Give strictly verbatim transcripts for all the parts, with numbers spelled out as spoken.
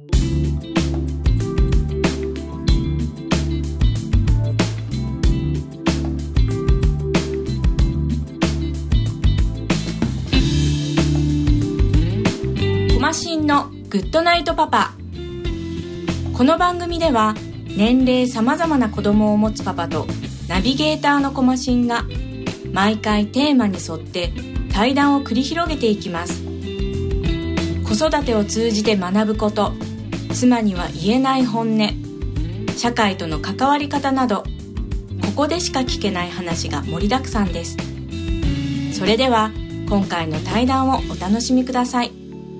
コマシンのグッドナイトパパ。この番組では年齢さまざまな子供を持つパパとナビゲーターのコマシンが毎回テーマに沿って対談を繰り広げていきます。子育てを通じて学ぶこと、妻には言えない本音、社会との関わり方など、ここでしか聞けない話が盛りだくさんです。それでは今回の対談をお楽しみください。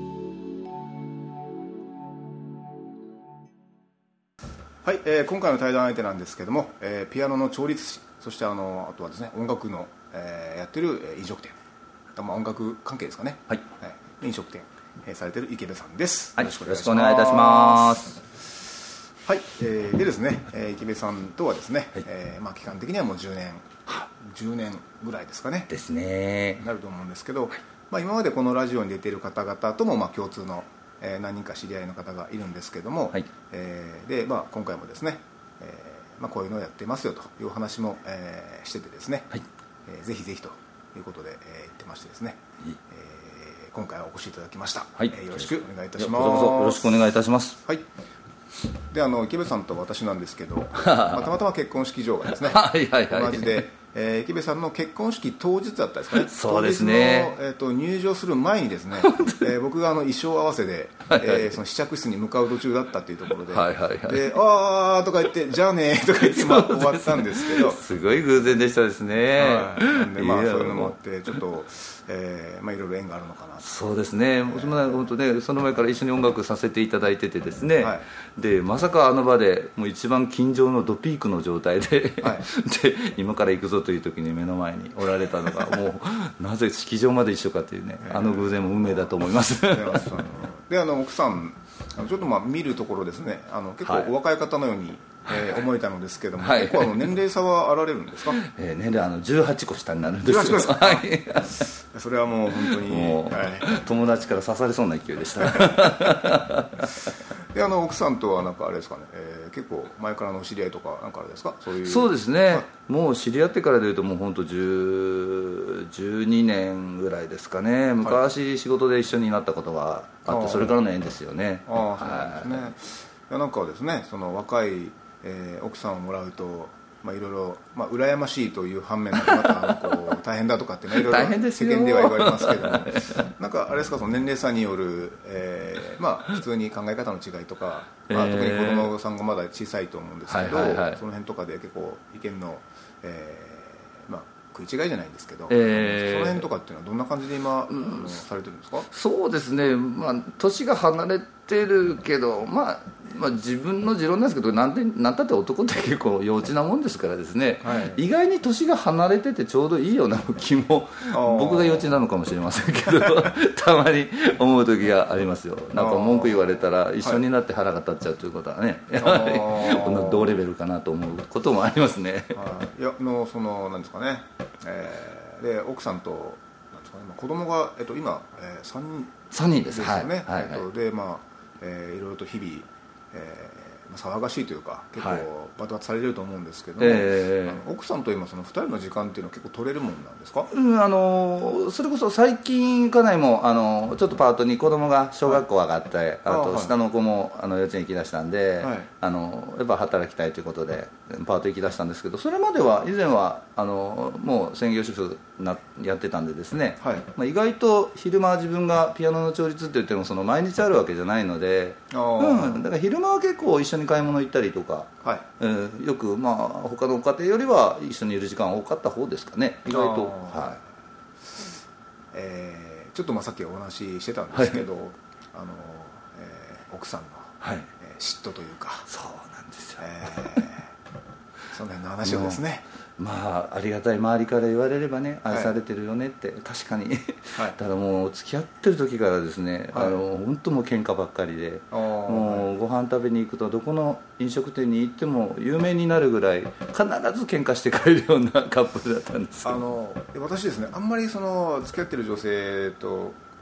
はい、えー、今回の対談相手なんですけども、えー、ピアノの調律師、そしてあのあとはですね音楽の、えー、やってる、えー、飲食店、まあ、音楽関係ですかね、はいはい、飲食店、えー、されてる池部さんです、 はい、よろしくお願いいたします。 はい、えー、でですね、えー、池部さんとはですね、はい、えーまあ、期間的にはもうじゅうねんじゅうねんぐらいですかねですねなると思うんですけど、はい、まあ、今までこのラジオに出ている方々ともまあ共通のえー、何人か知り合いの方がいるんですけども、はい、えーでまあ、今回もですね、えーまあ、こういうのをやってますよというお話も、えー、しててですね、はい、えー、ぜひぜひということで、えー、言ってましてですね、えー、今回はお越しいただきました、はい、えー、よろしくお願いいたします。 よろしくお願いいたします。 はい、であの池部さんと私なんですけどまあ、たまたま結婚式場がですねはいはい、はい、同じで、えー、池部さんの結婚式当日だったですかね。 そうですね、 当日の、えー、と入場する前にですね、えー、僕があの衣装合わせで、はいはい、えー、その試着室に向かう途中だったっていうところで、はいはいはい、であーとか言ってじゃあねとか言って、まあ、終わったんですけどすごい偶然でしたですね、 はい、なんで、まあ、そういうのもあってちょっと、えーまあ、いろいろ縁があるのかなと。 そうですね、えー、本当ね、その前から一緒に音楽させていただいててですね、はい、でまさかあの場でもう一番緊張のドピークの状態で、はい、で今から行くぞという時に目の前におられたのがもうなぜ式場まで一緒かというね、えー、あの偶然も運命だと思います。 であの奥さんちょっとまあ見るところですね、あの結構お若い方のように、はい、えー、思えたのですけども、はい、結構あの年齢差はあられるんですか？ えー、年齢あのじゅうはっこ下になるんですよ。 じゅうはっこですか？はい、それはもう本当にもう、 はい、友達から刺されそうな勢いでしたであの奥さんとはなんかあれですかね、えー、結構前からのお知り合いとかなんかあれですか？そういう。 そうですね、はい、もう知り合ってからでいうともう本当じゅう、じゅうにねんぐらいですかね。昔仕事で一緒になったことがあって、それからの縁ですよね。 ああ、そうなんですね。いやなんかですね、その若い、えー、奥さんをもらうとまあ、いろいろ、まあ、羨ましいという反面またこう大変だとかって、ね、いろいろ世間では言われますけどもなんかあれですか、その年齢差による、えーまあ、普通に考え方の違いとか、まあ、特に子供さんがまだ小さいと思うんですけど、はいはいはい、その辺とかで結構意見の、えーまあ、食い違いじゃないんですけど、えー、その辺とかっていうのはどんな感じで今、うん、されてるんですか？ そうですね、まあ、年が離れてるけど、まあまあ、自分の持論なんですけど、なんてなんたって男って結構幼稚なもんですからですね、はい、意外に年が離れててちょうどいいような気も僕が幼稚なのかもしれませんけどたまに思う時がありますよ。なんか文句言われたら一緒になって腹が立っちゃうということはね、やはり同レベルかなと思うこともありますね。 いやのそのなんですかね、えー、で奥さんとなんですかね、子供が、えっと、今、えー、さんにんさんにんですよね、 はいはいはい、 えっと、でまあ、えー、いろいろと日々えー、騒がしいというか結構バタバタされてると思うんですけども、えー、あの奥さんと今そのふたりの時間っていうのは結構取れるもんなんですか？ うん、あのそれこそ最近家内もあのちょっとパートに子供が小学校上がって、はい、あと下の子もあの幼稚園行きだしたんで、はい、あのやっぱ働きたいということでパート行きだしたんですけど、それまでは以前はあのもう専業主婦なやってたんでですね、はい、まあ、意外と昼間は自分がピアノの調律って言ってもその毎日あるわけじゃないので、うん、だから昼間は結構一緒に買い物行ったりとか、はい、えー、よくまあ他のご家庭よりは一緒にいる時間多かった方ですかね、意外と。はい、 えー、ちょっとまあさっきお話ししてたんですけど、はい、あのえー、奥さんの、はい、えー、嫉妬というか、 そうなんですよ、 えー、その辺の話をですね、 まあ、ありがたい周りから言われればね、愛されてるよねって、はい、確かに、はい、ただもう付き合ってる時からですね、はい、あの本当もう喧嘩ばっかりで、もうご飯食べに行くとどこの飲食店に行っても有名になるぐらい必ず喧嘩して帰るようなカップルだったんですよ。 あの私ですね、あんまりその付き合ってる女性と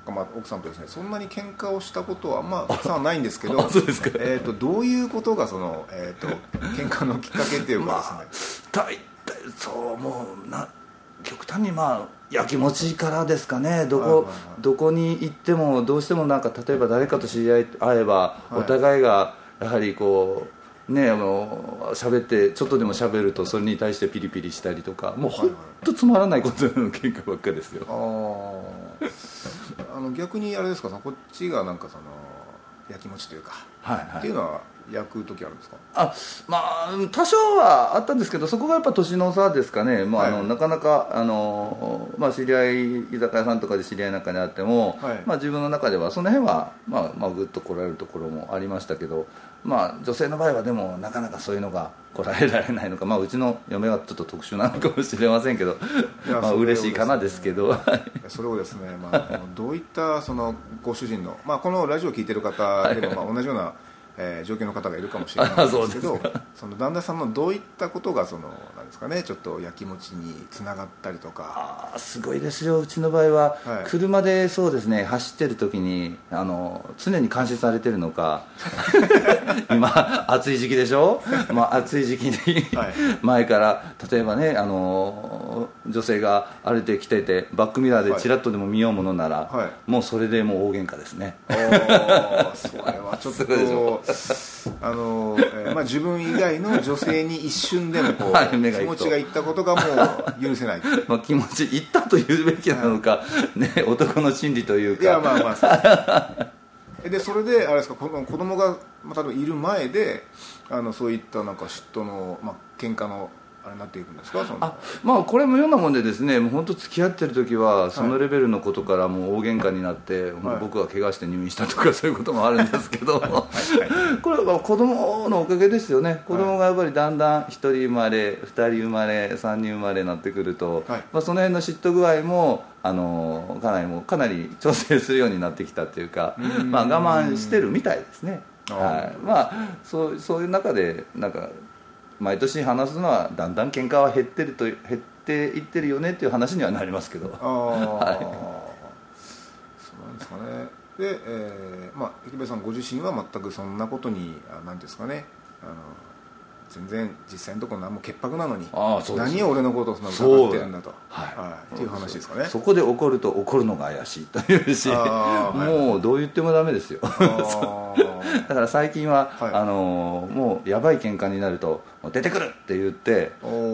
まあ、奥さんとですねそんなに喧嘩をしたことはまあ奥さんはないんですけどそうですか、 えー、とどういうことがその、えー、と喧嘩のきっかけっていうかですね、 まあ、大体そうもうな極端にまあやきもちからですかね。どこ、はいはいはい、どこに行ってもどうしてもなんか例えば誰かと知り合い会えば、はい、お互いがやはりこうねあの喋ってちょっとでも喋るとそれに対してピリピリしたりとかもう本当つまらないことの喧嘩ばっかりですよ。 ああの逆にあれですかこっちがなんかそのやきもちというか、はいはい、っていうのは焼く時あるんですか？ あまあ多少はあったんですけどそこがやっぱ年の差ですかね、まあ、はい、あのなかなかあの、まあ、知り合い居酒屋さんとかで知り合いの中にあっても、はいまあ、自分の中ではその辺は、まあまあ、ぐっとこられるところもありましたけど、まあ、女性の場合はでもなかなかそういうのがこらえられないのか、まあ、うちの嫁はちょっと特殊なのかもしれませんけどまあ嬉しいかなですけどそれをですね、まあ、どういったそのご主人の、まあ、このラジオを聞いてる方でもまあ同じようなえー、状況の方がいるかもしれないんですけどその旦那さんのどういったことがそのなんですかねちょっとやきもちにつながったりとか。 あすごいですよ。うちの場合は、はい、車でそうですね走ってる時にあの常に監視されてるのか今暑い時期でしょ、まあ、暑い時期に前から例えばねあの女性が歩いてきててバックミラーでチラッとでも見ようものなら、はい、もうそれでもう大喧嘩ですね。 それはちょっとあの、えーまあ、自分以外の女性に一瞬でもこう、はい、気持ちがいったことがもう許せないまあ気持ちいったと言うべきなのか、ね、男の心理というか。 いやまあまあそうでそれであれですか子供が例えばいる前であのそういったなんか嫉妬の、まあ喧嘩のあれになっていくんですか？そのあまあこれもようなもんでですねもう本当付き合ってる時はそのレベルのことからもう大喧嘩になって、はい、僕が怪我して入院したとかそういうこともあるんですけどはい、はい、これは子供のおかげですよね。子供がやっぱりだんだんひとり生まれふたり生まれさんにん生まれになってくると、はいまあ、その辺の嫉妬具合もあのかなりもかなり調整するようになってきたというかまあ我慢してるみたいですね。はいまあ、そう、そういう中でなんか毎年話すのはだんだん喧嘩は減ってると減っていってるよねっていう話にはなりますけど。あ、はい、 そうなんですかね。で、えーまあ、池部さんご自身は全くそんなことに何ですかねあの全然実際のところ何も潔白なのにあそうです何を俺のことをそんな疑ってるんだと、はいはい、っていう話ですかね。 そこで怒ると怒るのが怪しいというしもう、はい、どう言ってもダメですよだから最近は、はい、あのもうやばい喧嘩になると出てくるって言って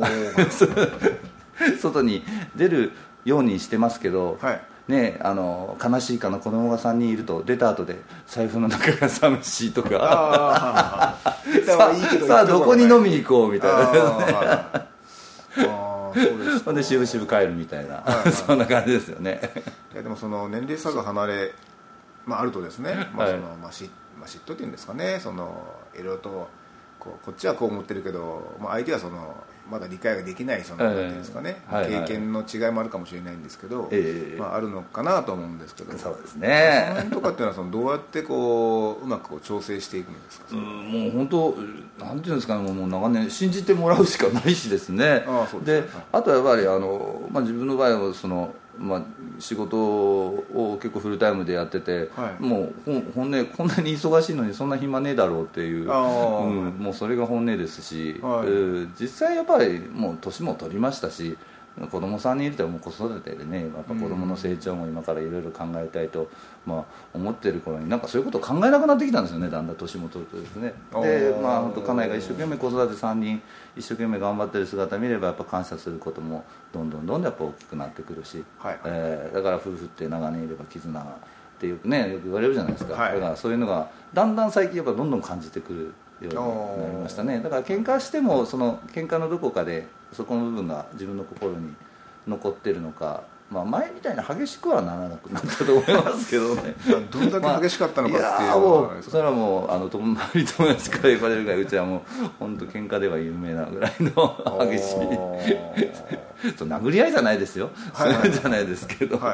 外に出るようにしてますけど、はいね、あの悲しいかな子供がさんにんいると出た後で財布の中が寂しいとかあさ, さあどこに飲みに行こうみたいなそんで渋々帰るみたいな、はいはい、そんな感じですよね。 いやでもその年齢差が離れ、まあ、あるとですね、まあそのまあ、嫉妬っていうんですかねそのいろいろとこうこっちはこう思ってるけど、まあ、相手はそのまだ理解ができないその、えー、なんていうんですかね、はいはい、経験の違いもあるかもしれないんですけど、えーまあ、あるのかなと思うんですけどそうですね、 その辺とかっていうのはそのどうやってこううまくこう調整していくんですか？ うんもう本当なんていうんですかねもう長年信じてもらうしかないしですね。ああそうですね。で、はい、あとはやっぱりあの、まあ、自分の場合はそのまあ、仕事を結構フルタイムでやってて、はい、もう本音こんなに忙しいのにそんな暇ねえだろうっていう、うん、もうそれが本音ですし、はい、実際やっぱりもう年も取りましたし子供さんにんいるともう子育てでねやっぱ子供の成長も今からいろいろ考えたいと、まあ、思ってる頃になんかそういうことを考えなくなってきたんですよね。だんだん年も取るとですね。でまあ本当家内が一生懸命子育てさんにん一生懸命頑張ってる姿見ればやっぱ感謝することもどんどんどんどんやっぱ大きくなってくるし、はいえー、だから夫婦って長年いれば絆ってよくねよく言われるじゃないですか、はい、だからそういうのがだんだん最近やっぱどんどん感じてくるようになりましたね。だから喧嘩してもその喧嘩のどこかでそこの部分が自分の心に残ってるのか、まあ、前みたいに激しくはならなくなったと思いますけどねどんだけ激しかったのかっていう、まあ、いやもうそれはもうあの友達友達から言われるぐらいうちはもう本当喧嘩では有名なぐらいの激しい殴り合いじゃないですよ、はいはいはい、そうじゃないですけど、はいはい、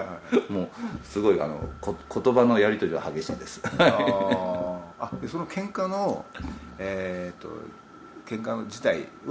もうすごいあのこ言葉のやり取りは激しいですああでその喧嘩のえー、っと喧嘩の自体を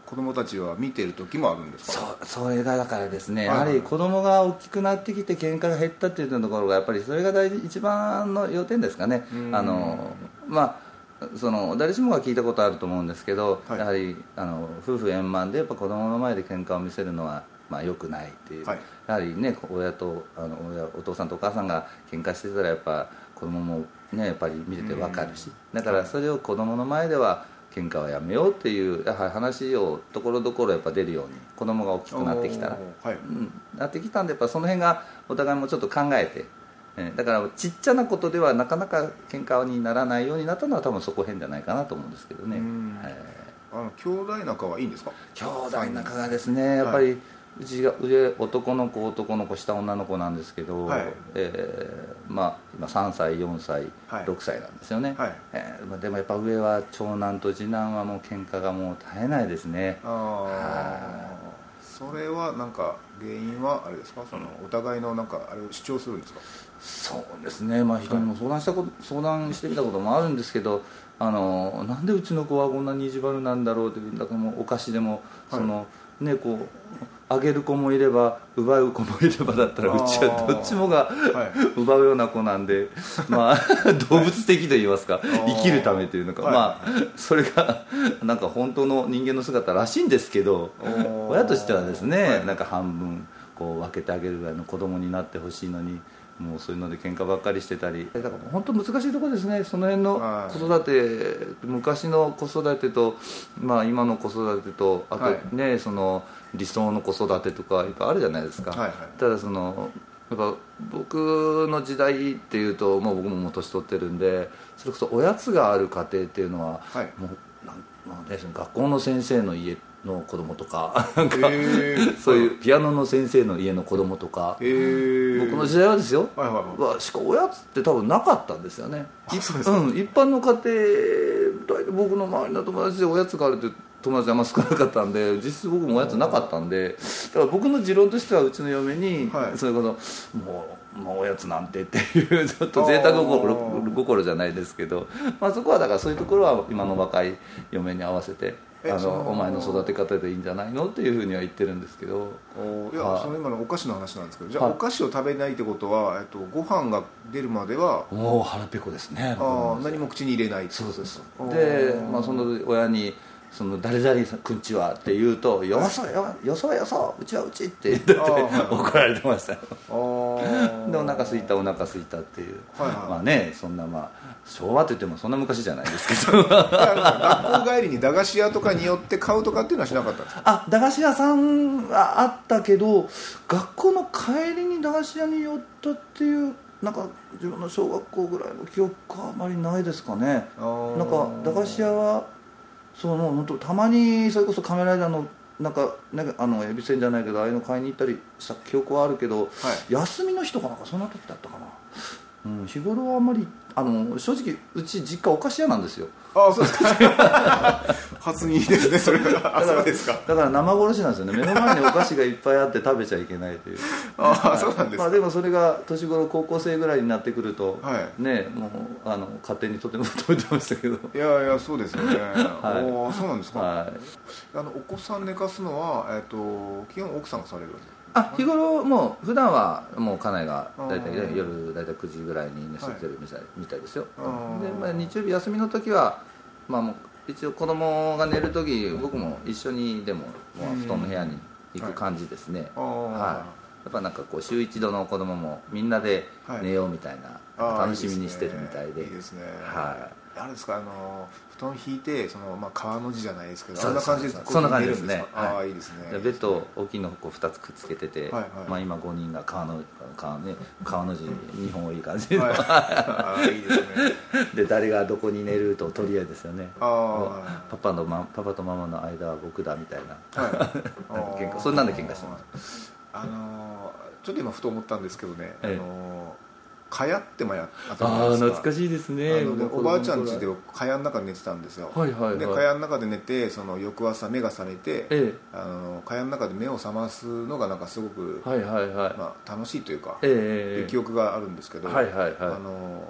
子供たちは見てる時もあるんですか？ そう、それがだからですね、 はいはい、 やはり子供が大きくなってきて喧嘩が減ったっていうところがやっぱりそれが大事、一番の要点ですかね。あのまあその誰しもが聞いたことあると思うんですけど、はい、やはりあの夫婦円満でやっぱ子供の前で喧嘩を見せるのはまあ良くないっていう、はい、やはりね、親とあの親お父さんとお母さんが喧嘩してたらやっぱ子供もねやっぱり見てて分かるし、だからそれを子供の前では喧嘩はやめようっていうやはり話をところどころやっぱ出るように、子供が大きくなってきたら、はい、うん、なってきたんでやっぱその辺がお互いもちょっと考えて、えだからちっちゃなことではなかなか喧嘩にならないようになったのは多分そこへんじゃないかなと思うんですけどね。はい、 あの兄弟仲はいいんですか？ 兄弟仲がですね、やっぱり、はい、うちが上男の子男の子下女の子なんですけど、はい、えー、まあ今さんさいよんさい、はい、ろくさいなんですよね。はい、えー、でもやっぱ上は長男と次男はもう喧嘩がもう絶えないですね。 ああ、それはなんか原因はあれですか、そのお互いのなんかあれを主張するんですか？ そうですね、まあ、人にも相談したこと、はい、相談してみたこともあるんですけど、あのなんでうちの子はこんなに意地悪なんだろうって、だからもうお菓子でもその、はい、ねこうあげる子もいれば奪う子もいればだったら、うちはどっちもが奪うような子なんで、まあ動物的といいますか、生きるためというのか、まあそれがなんか本当の人間の姿らしいんですけど、親としてはですね、なんか半分こう分けてあげるぐらいの子供になってほしいのに、もうそういうので喧嘩ばっかりしてたり、だから本当難しいところですね、その辺の子育て、昔の子育てと、まあ、今の子育てと、あとね、はい、その理想の子育てとかいっぱいあるじゃないですか。はいはい、ただそのやっぱ僕の時代っていうと、もう僕ももう年取ってるんで、それこそおやつがある家庭っていうのは、はい、もうなん、まあね、学校の先生の家の子供とか、なんかそういうピアノの先生の家の子供とか、僕の時代はですよ、はいはいはい、しかおやつって多分なかったんですよね。うん、一般の家庭、僕の周りの友達でおやつがあるって友達はあんま少なかったんで、実質僕もおやつなかったんで、だから僕の持論としてはうちの嫁に、はい、それこそもう、もうおやつなんてっていうちょっと贅沢心心じゃないですけど、まあ、そこはだからそういうところは今の若い嫁に合わせて、あのお前の育て方でいいんじゃないのっていうふうには言ってるんですけど、 いや、その今のお菓子の話なんですけど、じゃあお菓子を食べないってことは、えっと、ご飯が出るまではもう腹ペコですね。 あ、何も口に入れない。 そうです。で、まあ、その親にその誰々さんくんちはって言うと、よそよよそはよそうちはうちって言って怒られてましたよ。でお腹すいたお腹すいたっていう、はいはい、まあね、そんなまあ昭和って言ってもそんな昔じゃないですけど学校帰りに駄菓子屋とかによって買うとかっていうのはしなかったんですか？ あ、駄菓子屋さんはあったけど、学校の帰りに駄菓子屋に寄ったっていうなんか自分の小学校ぐらいの記憶はあまりないですかね。なんか駄菓子屋はそう、もう本当たまにそれこそカメライダーのなんか、なんかあのエビせんじゃないけど、ああいうの買いに行ったりした記憶はあるけど、はい、休みの日とかなんかそんな時だったかな。うん、日頃はあんまり、あの正直うち実家お菓子屋なんですよ。 ああ、そうですか初耳ですね、それは。だからですか。だから生殺しなんですよね。目の前にお菓子がいっぱいあって食べちゃいけないというああ、そうなんですか。 まあ、でもそれが年頃高校生ぐらいになってくると、はい、ね、もうあの勝手にとても食べてましたけど。 いやいや、そうですよね。はい、お、そうなんですか。 はい、 あのお子さん寝かすのは、えっと、基本奥さんがされるんですか？ あ、日頃もう普段はもう家内がだいたい夜だいたいくじぐらいに寝せてるみたい、はい、みたいですよ。で、まあ、日曜日休みの時は、まあ、もう一応子供が寝る時僕も一緒にでも、もう布団の部屋に行く感じですね。はい、はい、やっぱなんかこう週一度の子供もみんなで寝ようみたいな、はい、楽しみにしてるみたいで。 いいですね。 はい。 あれですか、あの布団引いてその、まあ、川の字じゃないですけど、あんな感じでそんな感じですね。 ああ、いいですね。 ベッド大きいのをふたつくっつけてて、はいはい、まあ、今ごにんが川の川ね川の字にほんいい感じで、はい、ああ、いいですね。で誰がどこに寝ると取り合いですよね。あ、パパの、ま、パパとママの間は僕だみたいな、はい、喧嘩、そんなんで喧嘩してます。 あのちょっと今ふと思ったんですけどね、ええ、あの蚊帳ってまやあったんですか。ああ、懐かしいですね。 あのでおばあちゃん家で蚊帳の中で寝てたんですよ。はいはいはい、で蚊帳の中で寝て、その翌朝目が覚めて、ええ、あの蚊帳の中で目を覚ますのがなんかすごく、はいはいはい、まあ、楽しいというか、ええ、いう記憶があるんですけど、はいはいはい、あのお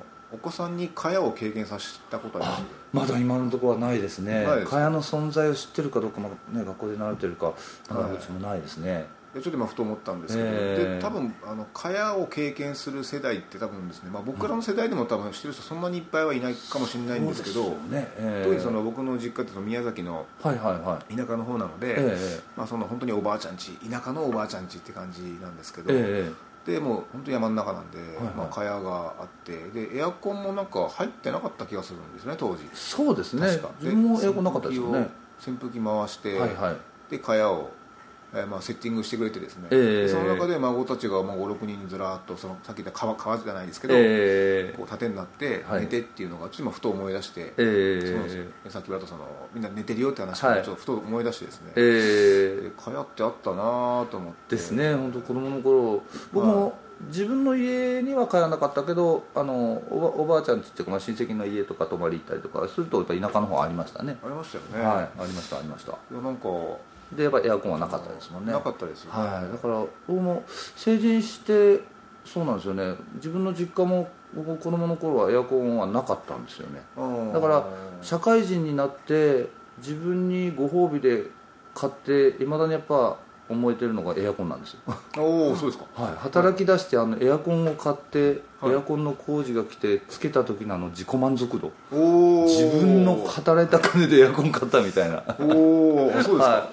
子さんに蚊帳を経験させたことあります？ まだ今のところはないですね。蚊帳の存在を知ってるかどうかも、ね、学校で習ってるかまだうちもないですね。 ちょっと今ふと思ったんですけど、えー、で多分あの蚊帳を経験する世代って多分ですね、まあ、僕らの世代でも多分知ってる人そんなにいっぱいはいないかもしれないんですけど、ねえー、特にその僕の実家ってその宮崎の田舎の方なので、はいはいはい、まあ、その本当におばあちゃん家、田舎のおばあちゃん家って感じなんですけど、えー、でもう本当に山の中なんで、はいはい、まあ、蚊帳があってでエアコンもなんか入ってなかった気がするんですね当時。 そうですね、確か自分もエアコンなかったですよね。 扇風機回して、はいはい、で蚊帳をえーまあ、セッティングしてくれてですね、えー、その中で孫たちがまあご、ろくにんずらっとそのさっき言った川、川じゃないですけど、えー、こう縦になって寝てっていうのがちょっと今ふと思い出して、えー、そのさっき言ったそのみんな寝てるよって話をちょっとふと思い出してですね、はい、えー、蚊帳ってあったなと思ってですね。本当子供の頃僕も自分の家には帰らなかったけど、あの お, ばおばあちゃんちっていうか、まあ、親戚の家とか泊まり行ったりとかするとやっぱ田舎の方ありましたね。 ありましたよね。 はい、ありましたありました。いやなんかでやっぱエアコンはなかったですもんね。 なかったですよね、 はい、だから僕も成人してそうなんですよね。自分の実家も僕子供の頃はエアコンはなかったんですよね。だから社会人になって自分にご褒美で買っていまだにやっぱ思えてるのがエアコンなんですよ。 おお、そうですか。 はい、働き出してあのエアコンを買って、はい、エアコンの工事が来てつけた時のあの自己満足度、お自分の働いた金でエアコン買ったみたいな。 おお、そうですか。はい、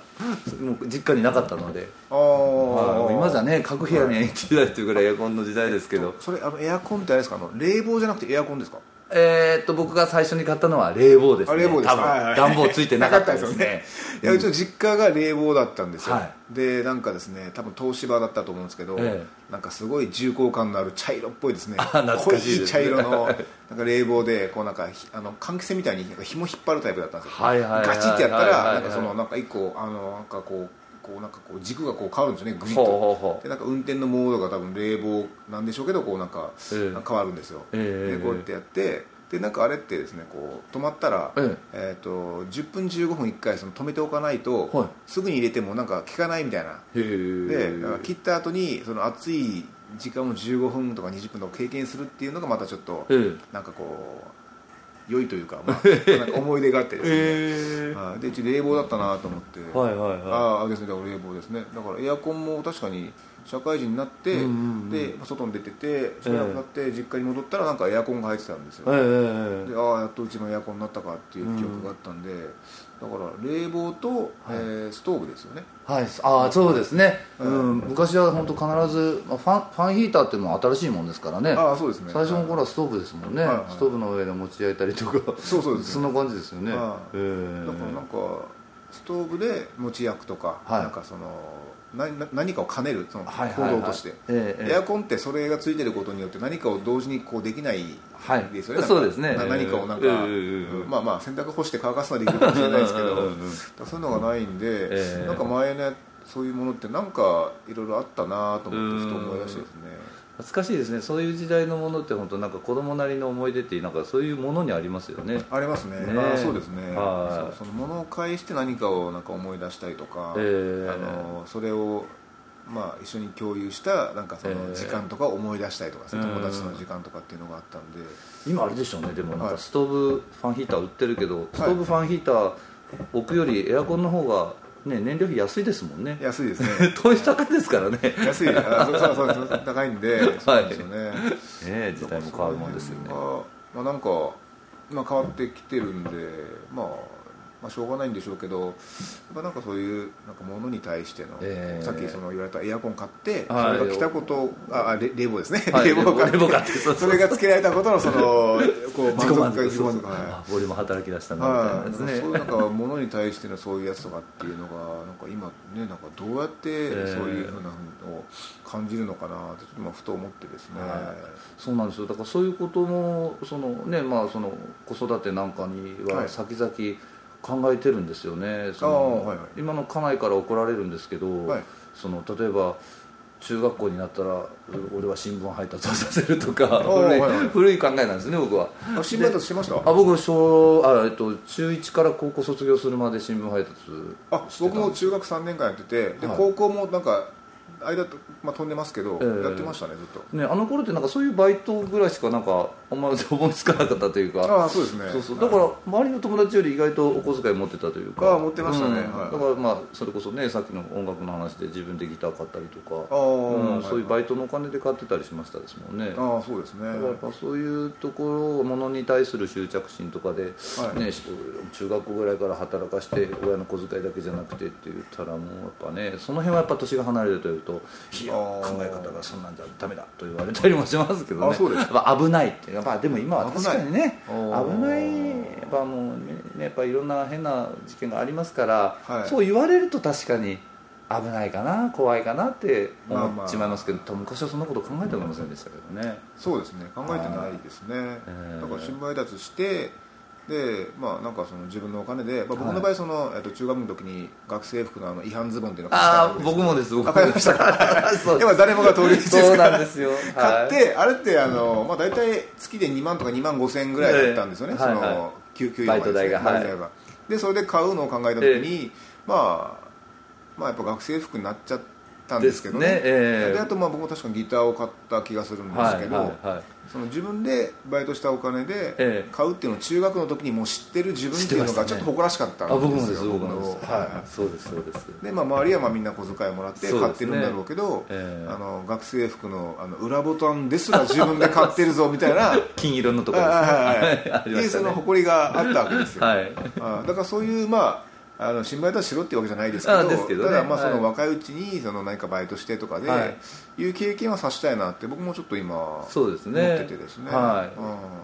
もう実家になかったので、あ、はい、今じゃね各部屋にいちだいというぐらいエアコンの時代ですけど、 それあのエアコンってあれですか、あの冷房じゃなくてエアコンですか？ えー、っと僕が最初に買ったのは冷房ですね。 冷房です、 多分、はいはい、暖房ついてなかったですね。 いやうちの実家が冷房だったんですよ、はい、でなんかですね多分東芝だったと思うんですけど、えー、なんかすごい重厚感のある茶色っぽいですね、濃い茶色のなんか冷房でこうなんかあの換気扇みたいに紐引っ張るタイプだったんですよ、はいはいはいはい、ガチってやったらなんかそのなんか一個あのなんかこうこうなんかこう軸がこう変わるんですよね、グリッと。ほうほうほう。でなんか運転のモードが多分冷房なんでしょうけどこうなんか、えー、変わるんですよ、えー、でこうやってやってでなんかあれってですねこう止まったら、えええー、とじゅっぷんじゅうごふんいっかいその止めておかないと、はい、すぐに入れてもなんか効かないみたいな。へでだから切った後にその暑い時間をじゅうごふんとかにじゅっぷんとか経験するっていうのがまたちょっとなんかこう良いというか、まあ、なんか思い出があってですね、えー、でうち冷房だったなと思って、はいはいはい、ああですね、だから冷房ですね。だからエアコンも確かに社会人になって、うんうんうん、で外に出ててしばらくなって実家に戻ったらなんかエアコンが入ってたんですよ、えー、でああやっとうちもエアコンになったかっていう記憶があったんで、うん、だから冷房と、はい、えー、ストーブですよね。 はい、ああそうですね、うん、昔は本当必ずファン、ファンヒーターっていうのも新しいもんですからね。 ああそうですね。 最初の頃はストーブですもんね、はいはい、ストーブの上で持ち焼いたりとかそうそうです、ね、そんな感じですよね。ああ、えー、 だからなんかストーブで持ち焼くとか、はい、なんかその何, 何かを兼ねるその行動として、はいはいはい、えー、エアコンってそれがついてることによって何かを同時にこうできないですよね、はい、 そうですね。 何かをなんか、えー、まあまあ洗濯干して乾かすのはできるかもしれないですけどそういうのがないんで、えー、なんか前ねそういうものってなんかいろいろあったなと思ってふと思い出してですね。 懐かしいですね。そういう時代のものって本当なんか子供なりの思い出ってなんかそういうものにありますよね。 ありますね。ね、あ、そうですね。そう、そのものを介して何かをなんか思い出したりとか、えー、あのそれをまあ一緒に共有したなんかその時間とか思い出したりとか、えー、友達の時間とかっていうのがあったんで、 今あれでしょうね。でもなんかストーブファンヒーター売ってるけど、ストーブファンヒーター置くよりエアコンの方がね、燃料費安いですもんね。 安いですね。 投資高いですからね。 安い、あ、そうそうそう、高いんで、そうなんですよね。はい、 ね、時代も変わるもんですよね。 まあなんか今変わってきてるんで、まあ。まあ、しょうがないんでしょうけど、やっぱなんかそういうなんかものに対しての、えー、さっきその言われたエアコン買ってそれが来たこと、ああ冷房ですね、はい、冷房買って、それがつけられたことのそのこう満足感、自己満足感、 俺も働き出したんだみたいなですね。 そういうなんかものに対してのそういうやつとかっていうのがなんか今ね、なんかどうやってそういうふうなのを感じるのかなってちょっと今ふと思ってですね、えー、そうなんですよ。だからそういうこともそのね、まあその子育てなんかには先々、はい、考えてるんですよね。その、はいはい、今の家内から怒られるんですけど、はい、その例えば中学校になったら俺は新聞配達をさせるとか古い、はいはい、古い考えなんですね僕は。 あ、新聞配達してました？ あ、僕小あ、えっと、中いちから高校卒業するまで新聞配達してた。 あ、僕も中学さんねんかんやってて、で、はい、高校もなんか間、まあ、飛んでますけど、えー、やってましたねずっと。 ね、あの頃ってなんかそういうバイトぐらいしかなんかあんまり思いつかなかったというか。 ああそうですね。 そうそう、だから周りの友達より意外とお小遣い持ってたというか。 ああ持ってましたね、 うん、 はい、 だからまあそれこそねさっきの音楽の話で自分でギター買ったりとか、 あ、 うんはい、 そういうバイトのお金で買ってたりしましたですもんね。 ああそうですね。 だからやっぱそういうところものに対する執着心とかで、はい、ね、中学校ぐらいから働かして親の小遣いだけじゃなくてって言ったらもうやっぱねその辺はやっぱ年が離れるというといや考え方がそんなんじゃダメだと言われたりもしますけどね。 あそうです。 やっぱ危ないってやっぱでも今は確かにね危ないやっぱもうねやっぱいろんな変な事件がありますから、はい、そう言われると確かに危ないかな怖いかなって思っちまいますけど、まあまあ、昔はそんなこと考えてもいませんでしたけどね。 そうですね考えてないですね、えー、だから新配達してで、まあ、なんかその自分のお金で、まあ、僕の場合その、はい、えっと中学の時に学生服のあの違反ズボンっていうのを買ったんです。 ああ僕もです僕も買いました今誰もが通り道ですからそうなんですよ、はい、 買ってあれってあの、まあ、大体月でにまんとかにまんごせん円ぐらいだったんですよね、はい、その、はいはい、給与バイト代が、 バイト代が、はい、でそれで買うのを考えた時に、えー、まあまあやっぱ学生服になっちゃったんですけどね。で、えー、であとまあ僕も確かにギターを買った気がするんですけど、はいはいはい、その自分でバイトしたお金で買うっていうのを中学の時にもう知ってる自分っていうのがちょっと誇らしかったんですよ。 あ僕もです僕もです、 はい、 はい、そうですそうです。 で、まあ、周りはまあみんな小遣いもらって買ってるんだろうけど、ねえー、あの学生服 の, あの裏ボタンですら自分で買ってるぞみたいな金色のところですね、 はいはい、その誇りがあったわけですよ、はい、あだからそういうまああの新バイトはしろっていうわけじゃないですけ ど, ですけど、ね、ただまあその若いうちにその何かバイトしてとかで、はい、いう経験はさせたいなって僕もちょっと今そうですね思っててですね、 はい、うん、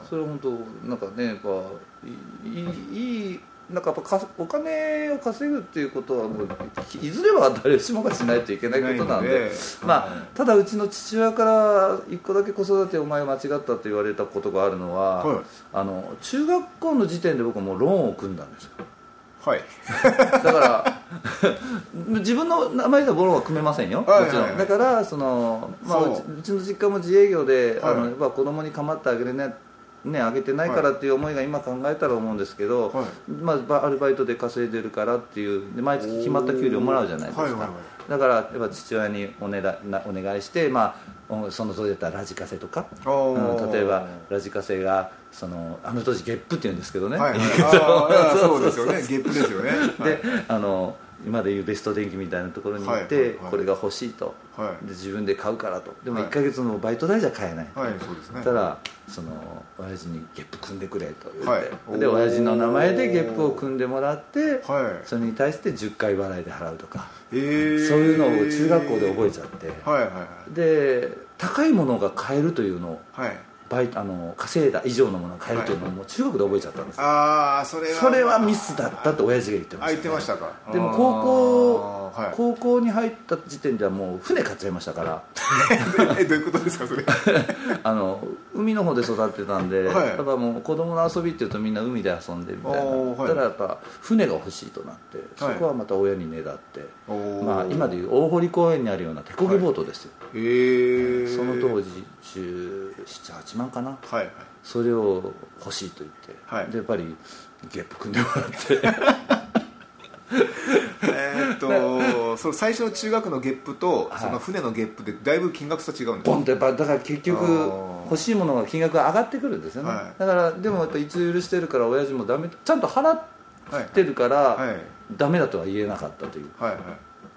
それは本当なんかねやっぱいいいいなんかやっぱかお金を稼ぐっていうことはもういずれは誰しもがしないといけないことなんで、でまあ、ただうちの父親から一個だけ子育てお前間違ったと言われたことがあるのは、はい、あの中学校の時点で僕はもうローンを組んだんですよ。はい、だから自分の名前ではボロンは組めませんよ、もちろん、はいはいはい、だからその、まあ、う, うちの実家も自営業で、はい、あのやっぱ子供に構ってあげれねね、あげてないからっていう思いが今考えたら思うんですけど、はい、まあ、アルバイトで稼いでるからっていうで毎月決まった給料もらうじゃないですか、はいはいはい、だからやっぱ父親にお,、ね、なお願いして、まあ、その当時だったらラジカセとか、うん、例えばラジカセがそのあの当時ゲップっていうんですけどね、はいはい、 そうですよねゲップですよねであの今でいうベスト電機みたいなところに行って、はいはいはい、これが欲しいと、はい、で自分で買うからとでもいっかげつのバイト代じゃ買えない、はい、そうですね、ただその親父にゲップ組んでくれと言って、はい、で親父の名前でゲップを組んでもらって、はい、それに対してじゅっかい払いで払うとか、えー、そういうのを中学校で覚えちゃって、はいはいはい、で高いものが買えるというのを、はい、バイあの稼いだ以上のものを買えるというのをもう中学で覚えちゃったんですよ、 ああそれはそれはミスだったって親父が言ってました、ね、 言ってましたか。 でも高校、はい、高校に入った時点ではもう船買っちゃいましたからえどういうことですかそれあの海の方で育ってたんで、はい、やっぱもう子供の遊びっていうとみんな海で遊んでみたいな、はい、ただやっぱ船が欲しいとなって、そこはまた親にねだって、はい、まあ、今でいう大堀公園にあるような手漕ぎボートですよ、はい、へその当時じゅうなな、はちまんかな、はいはい、それを欲しいと言って、はい、でやっぱりゲップ組んでもらってえっとその最初の中学のゲップと、はい、その船のゲップでだいぶ金額差違うんですか。 ボンとやっぱだから結局欲しいものが金額が上がってくるんですよね、はい、だからでもやっぱいつ許してるから親父もダメちゃんと払ってるから、はいはい、ダメだとは言えなかったという、はいはい、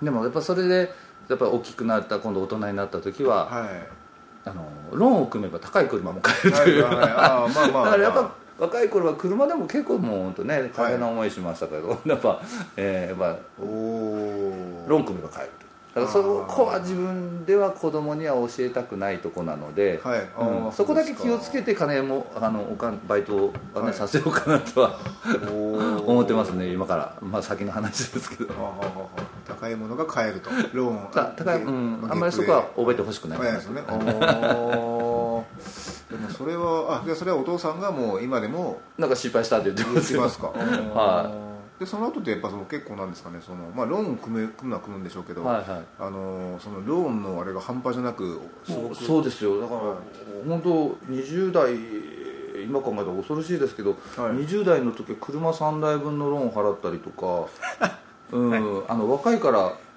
でもやっぱそれでやっぱ大きくなった今度大人になった時は、はい、あのローンを組めば高い車も買えるという、はいはいはい、あまあまあ、だからやっぱ若い頃は車でも結構もう本当ね大変な思いしましたけど、はい、やっぱ、えー、やっぱローン組めば買えるだからそこは自分では子供には教えたくないとこなので、はい、うん、そこだけ気をつけて金もあのおかんバイトは、ね、はい、させようかなとは思ってますね今から、まあ、先の話ですけど高いものが買えるとローン高い、うん、あんまりそこは覚えてほしくないですね。 でもそれはあじゃあそれはお父さんがもう今でもなんか失敗したって言ってますよ。 ますかはい。でその後でやっぱその結構なんですかねその、まあ、ローン組む組むのは組むんでしょうけど、はいはい、あのそのローンのあれが半端じゃなくすごくそうですよだから、はい、本当にじゅう代今考えたら恐ろしいですけど、はい、にじゅう代の時は車さんだいぶんのローン払ったりとか、うんはい、あの若いから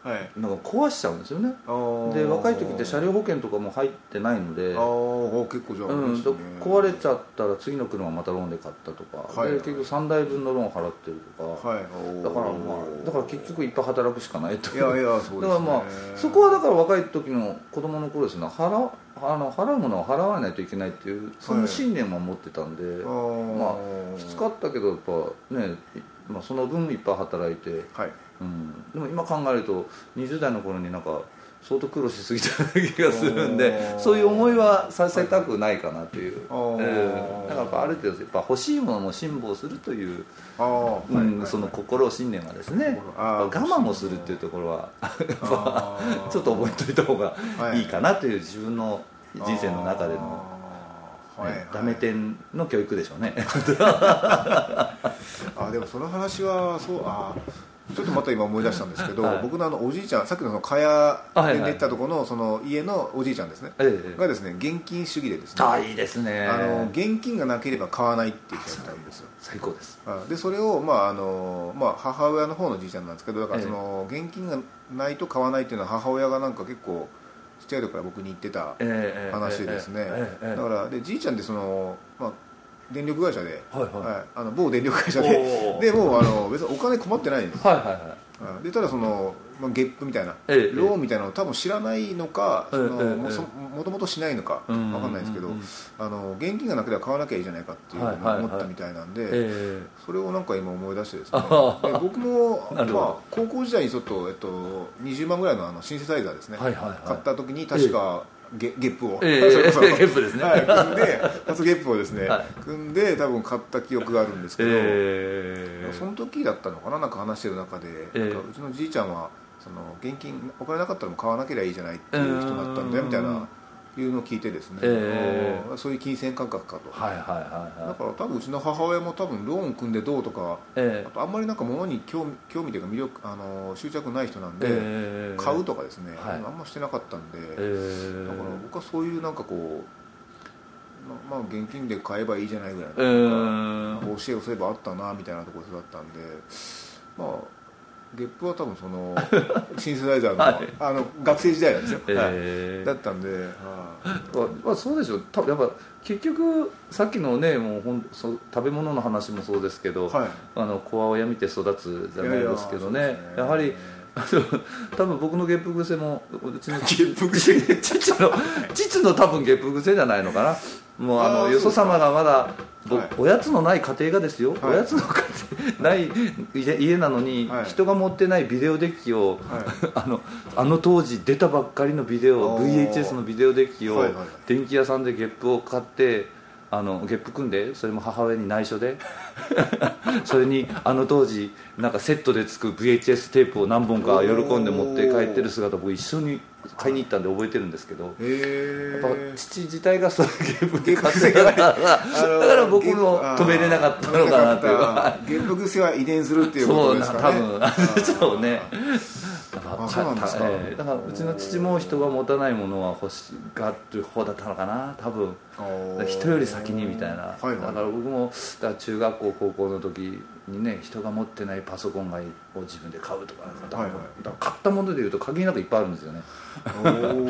はい、 なんか壊しちゃうんですよね。で若い時って車両保険とかも入ってないので、 あ結構じゃあ、 うん、壊れちゃったら次の車またローンで買ったとか、はい、で結局さんだいぶんのローン払ってるとか、はい、だからまあだから結局いっぱい働くしかないという。いやいやそうですね。だからまあそこはだから若い時の子供の頃ですね、払あの払うものは払わないといけないっていうその信念は持ってたんで、はい、まあきつかったけどやっぱね、まあ、その分いっぱい働いて、はい、うん、でも今考えるとにじゅう代の頃になんか相当苦労しすぎた気がするんで、そういう思いはさせたくないかなという、はい、えー、だからやっぱある程度やっぱ欲しいものも辛抱するという、うん、その心信念はですね、我慢をするっていうところはやっぱちょっと覚えておいた方がいいかなという自分の人生の中での、ね、ダメ点の教育でしょうね。 あでもその話はそうあちょっとまた今思い出したんですけど、はい、僕のあのおじいちゃん、さっきのその茅で出たところのその家のおじいちゃんですね、はいはい、がですね現金主義でですね、 あいいですね、 あの現金がなければ買わないって言ってたんですよ。 最高です。 でそれを、まああのまあ、母親の方のじいちゃんなんですけど、だからその現金がないと買わないっていうのは母親がなんか結構ちっちゃい時から僕に言ってた話ですね。だからでじいちゃんってその、まあ電力会社で、はいはいはい、あの某電力会社で、でもうあの別にお金困ってないんです、はいはいはい、でただその、まあ、ゲップみたいな、ええ、ローンみたいなのを多分知らないのか、ええ、その、ええ、も, そもともとしないのか分かんないですけど、うんうんうん、あの現金がなければ買わなきゃいいじゃないかっていうふうに思ったみたいなんで、はいはいはい、それをなんか今思い出してですね、で僕も、まあ、高校時代にちょっと、えっと、にじゅうまんぐらい の, あのシンセサイザーですね、はいはいはい、買った時に確か、ええゲ, ゲップを、えー、それこそゲップですね、 はい、組んで初ゲップをですね、はい、組んで多分買った記憶があるんですけど、えー、その時だったのかな、なんか話してる中で、えー、なんかうちのじいちゃんはその現金お金なかったらも買わなければいいじゃないっていう人だったんだよみたいないうのを聞いてですね、えー、そういう金銭感覚かと、はいはいはいはい、だから多分うちの母親も多分ローン組んでどうとか、えー、あとあんまりなんか物に興味、興味というか魅力あの執着ない人なんで、えー、買うとかですね、はい、あんましてなかったんで、えー、だから僕はそういうなんかこう、まあ、現金で買えばいいじゃないぐらいの、えー、教えをすればあったなみたいなところだったんで、まあゲップは多分そのシンセサイザー の,、はい、あの学生時代なんですよ、えー、だったんで、 はまあ、そうでしょう。やっぱ結局さっきのねもうほんそ食べ物の話もそうですけど、はい、あの子は親見て育つじゃないですけど ね, や, や, ねやはり多分僕のゲップ癖もうちのゲップ癖父の父の多分ゲップ癖じゃないのかな。もうあのよそ様がまだ、はい、おやつのない家庭がですよ、はい、おやつの家庭ない家なのに、はい、人が持ってないビデオデッキを、はい、あのあの当時出たばっかりのビデオ ブイエイチエス のビデオデッキを、はいはい、電気屋さんでゲップを買ってあのゲップ組んで、それも母親に内緒でそれにあの当時なんかセットでつく ブイエイチエス テープを何本か喜んで持って帰ってる姿を僕一緒に買いに行ったんで覚えてるんですけど、やっぱ父自体がそういうゲップで買ってたからだから僕も止めれなかったのかなっていうゲップ癖は遺伝するっていうことですかね。 そう多分そうね。だからそうなんですか、えー、だからうちの父も人が持たないものは欲しがる方だったのかな多分。人より先にみたいな、はいはい、だから僕もだから中学校高校の時にね人が持ってないパソコンを自分で買うとか、だから、はいはい、だから買ったものでいうと限りなくいっぱいあるんですよね。おだからやっぱ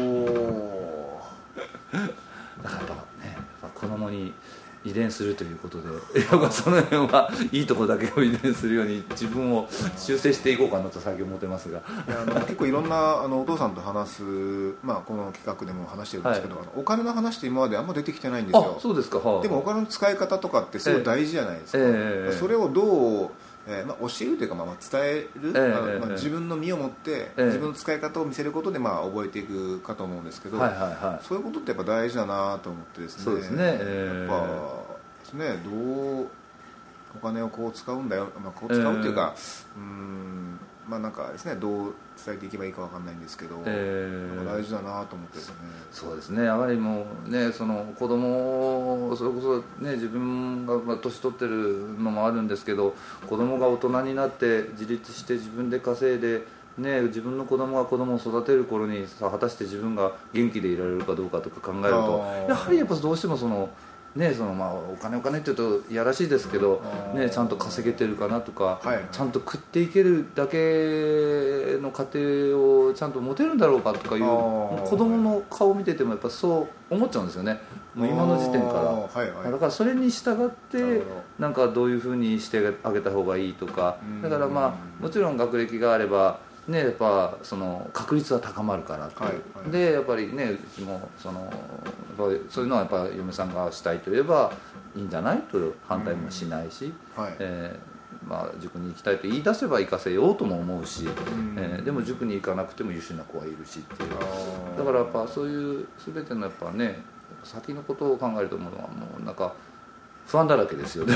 ね子供に遺伝するということで、やっぱその辺はいいところだけを遺伝するように自分を修正していこうかなと最近思ってますが、いやあの結構いろんなあのお父さんと話す、まあ、この企画でも話してるんですけど、はい、お金の話って今まであんま出てきてないんですよ。 あそうですか、はあ、 でもお金の使い方とかってすごい大事じゃないですか、えーえー、それをどうえーまあ、教えるというか、まあ、伝える、えーまあ、自分の身をもって、えー、自分の使い方を見せることで、まあ、覚えていくかと思うんですけど、はいはいはい、そういうことってやっぱ大事だなと思ってですね。 そうですね、えー、 やっぱですね、どうお金をこう使うんだよ、まあ、こう使うっていうか、えー、うーんまあなんかですね、どう伝えていけばいいかわかんないんですけど、えー、大事だなと思ってですね。 そうですね、やはりもうね、その子供それこそね、自分がまあ年取ってるのもあるんですけど、子供が大人になって自立して自分で稼いでね、自分の子供が子供を育てる頃にさ、果たして自分が元気でいられるかどうかとか考えると、やはりやっぱどうしてもそのね、そのまあお金お金って言うといやらしいですけど、ね、ちゃんと稼げてるかなとか、はい、ちゃんと食っていけるだけの家庭をちゃんと持てるんだろうかとかいう子供の顔を見ててもやっぱそう思っちゃうんですよね、もう今の時点から、はいはい、だからそれに従ってなんかどういうふうにしてあげた方がいいとか、だからまあもちろん学歴があればね、やっぱその確率は高まるからっていう、はいはい、でやっぱりねうちもそのそういうのはやっぱ嫁さんがしたいといえばいいんじゃないと反対もしないし、はい、えーまあ、塾に行きたいと言い出せば行かせようとも思うし、えー、でも塾に行かなくても優秀な子はいるしっていう、だからやっぱそういう全てのやっぱね先のことを考えるともうなんか不安だらけですよね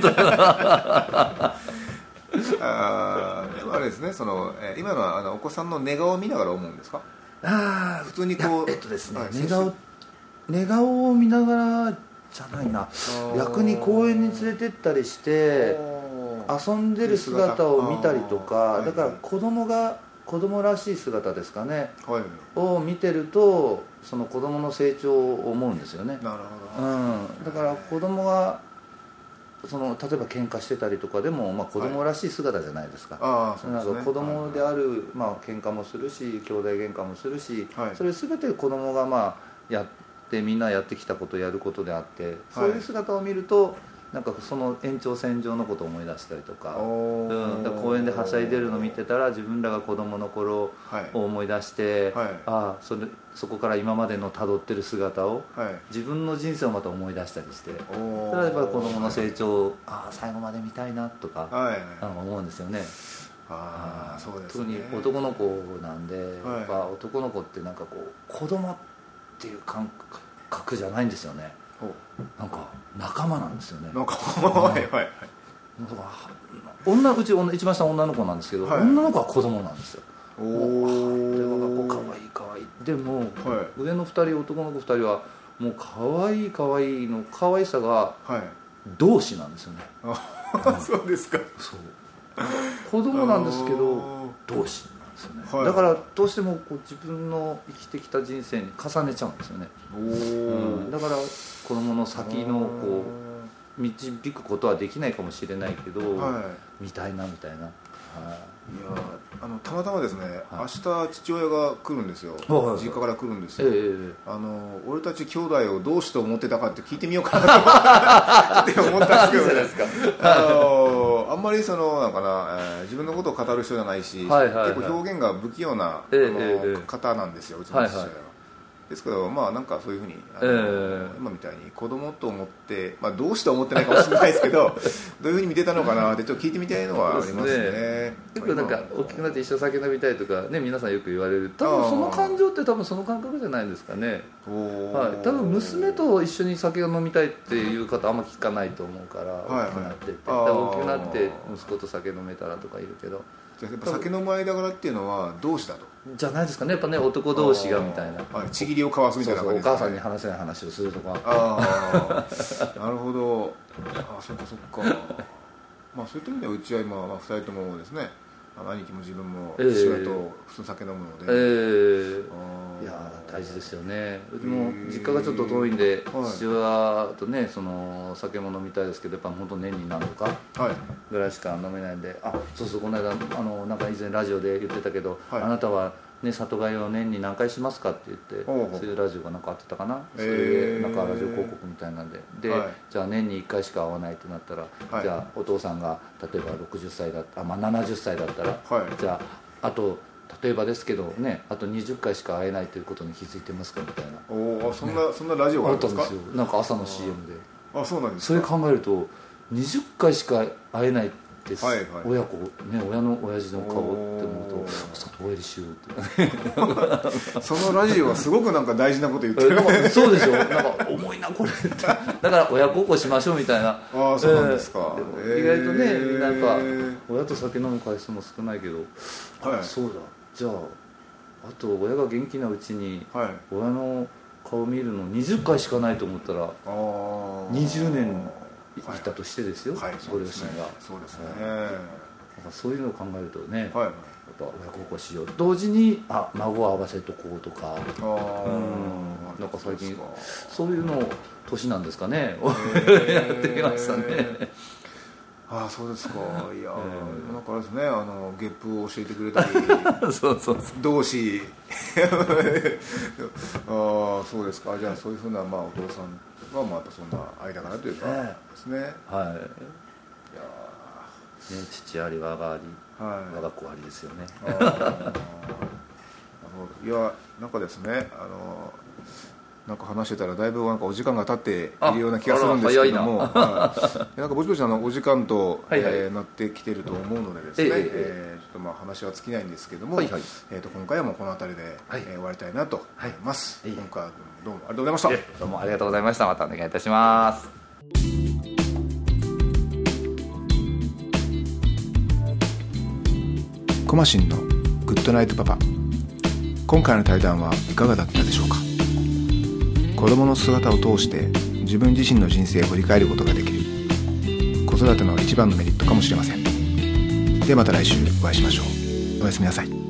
ああれですね、その今のはあのお子さんの寝顔を見ながら思うんですか？ ああ普通にこうえっとですね、はい、寝顔寝顔を見ながらじゃないな、逆に公園に連れてったりして遊んでる姿を見たりとか、だから子供が子供らしい姿ですかね、はい、を見てるとその子供の成長を思うんですよね。 なるほど、 うん、だから子供がその例えば喧嘩してたりとかでも、まあ、子供らしい姿じゃないですか、はい、なんか子供である、はい、まあ喧嘩もするし兄弟喧嘩もするし、はい、それ全て子供がまあやってみんなやってきたことをやることであって、そういう姿を見るとなんかその延長線上のことを思い出したりとか、うん、だから公園ではしゃいでるのを見てたら自分らが子供の頃を思い出して、はいはい、ああ そ, れそこから今までの辿ってる姿を、はい、自分の人生をまた思い出したりして、それはやっぱり子供の成長を、ああ最後まで見たいなとか、はい、なんか思うんですよね。 ああそうですね、 特に男の子なんで、はい、やっぱ男の子ってなんかこう子供っていう感覚じゃないんですよね。なんか仲間なんですよね。 仲間、はいはいはい。 女うち一番下女の子なんですけど、はい、女の子は子供なんですよ。おお。可愛い可愛い。でも、はい、上のふたり男の子ふたりはもう可愛い可愛いの可愛さが同志なんですよね。 はい、そうですか。 そう。子供なんですけど同志。はい、だからどうしてもこう自分の生きてきた人生に重ねちゃうんですよね。お、うん、だから子供の先のこう導くことはできないかもしれないけど、はい、見たいなみたいな、はい、いやあのたまたまですね、はい、明日父親が来るんですよ、はい、実家から来るんですよ、えー、あの俺たち兄弟をどうして思ってたかって聞いてみようかなって思ったんですけど、ね、あのあんまりそのなんかな、えー、自分のことを語る人じゃないし、はいはいはい、結構表現が不器用な、えー、あの、えー、方なんですよ、うちの父親は、はいはい、ですけど、まあなんかそういうふうにあの、えー、今みたいに子供と思って、まあ、どうして思ってないかもしれないですけどどういうふうに見てたのかなってちょっと聞いてみたいのはありますね。 結構なんか大きくなって一緒酒飲みたいとかね、皆さんよく言われる、多分その感情って多分その感覚じゃないですかね。はい、多分娘と一緒に酒を飲みたいっていう方あんま聞かないと思うから、大きくなってって、はいはい、大きくなって息子と酒飲めたらとか言うけど、 じゃあやっぱ酒飲む間柄っていうのは同志だとじゃないですかね。やっぱね男同士がみたいな、 はい、ちぎりを交わすみたいな感じですかね。 そうそう、お母さんに話せない話をするとか。 ああなるほど。あ、そっかそっかまあそういった意味ではうちは今、まあ、ふたりともですね、兄貴も自分も父親と普通に酒飲むので、えー、 いや大事ですよね。うちも実家がちょっと遠いんで、はい、父親とねその酒も飲みたいですけど、やっぱ本当年に何度かぐらいしか飲めないんで、はい、あそうそうこの間あのなんか以前ラジオで言ってたけど、はい、あなたはね、里帰りを年に何回しますかって言って、そういうラジオがなんかあってたかな、それでなんかラジオ広告みたいなんで、で、はい、じゃあ年にいっかいしか会わないってなったら、はい、じゃあお父さんが例えばろくじゅっさいだったあ、まあ、ななじゅっさいだったら、はい、じゃああと例えばですけどね、あとにじゅっかいしか会えないということに気づいてますかみたいな。 おお、そんな、ね、そんなラジオがあるんですか？ あったんですよ、なんか朝の シーエム で。 あ、そうなんですか。 それ考えるとにじゅっかいしか会えないです、はいはい、親子ね、親の親父の顔って思うと里帰りしようってそのラジオはすごくなんか大事なこと言ってるそうでしょ、なんか重いなこれだから親孝行しましょうみたいな。 ああそうなんですか、 えー、意外とねなんか親と酒飲む回数も少ないけど、はい、そうだ、じゃああと親が元気なうちに親の顔見るのにじゅっかいしかないと思ったらにじゅうねんいたとしてですよ、はい、ご両親が。 そうですね。 そういうのを考えるとね、 はい、 やっぱ親孝行しよう同時にあ孫を合わせとこうとか、あ、うん、なんか最近そういうの年なんですかね、やってきましたね。 ああ、そうですか。いや、えー、なんかあれですね、あのゲップを教えてくれたりそうそうそう、 同志ああ、そうですか。じゃあそういうふうな、まあ、お父さんはまたそんな間柄というかですね、 はい、いや、 ね、 父あり我があり、 はい、 我が子ありですよね。 あいや、なんかですね、あのなんか話してたらだいぶなんかお時間が経っているような気がするんですけども、はい、なんかぼちぼちあのお時間と、はいはい、えー、なってきていると思うのでですね、えーえー、ちょっとまあ話は尽きないんですけども、はいはい、えー、と今回はもうこの辺りで、はい、えー、終わりたいなと思います、はい、今回はどうもありがとうございました。 どうもありがとうございました。またお願いいたします。 コマシンのグッドナイトパパ、今回の対談はいかがだったでしょうか。子供の姿を通して自分自身の人生を振り返ることができる子育ての一番のメリットかもしれません。ではまた来週お会いしましょう。おやすみなさい。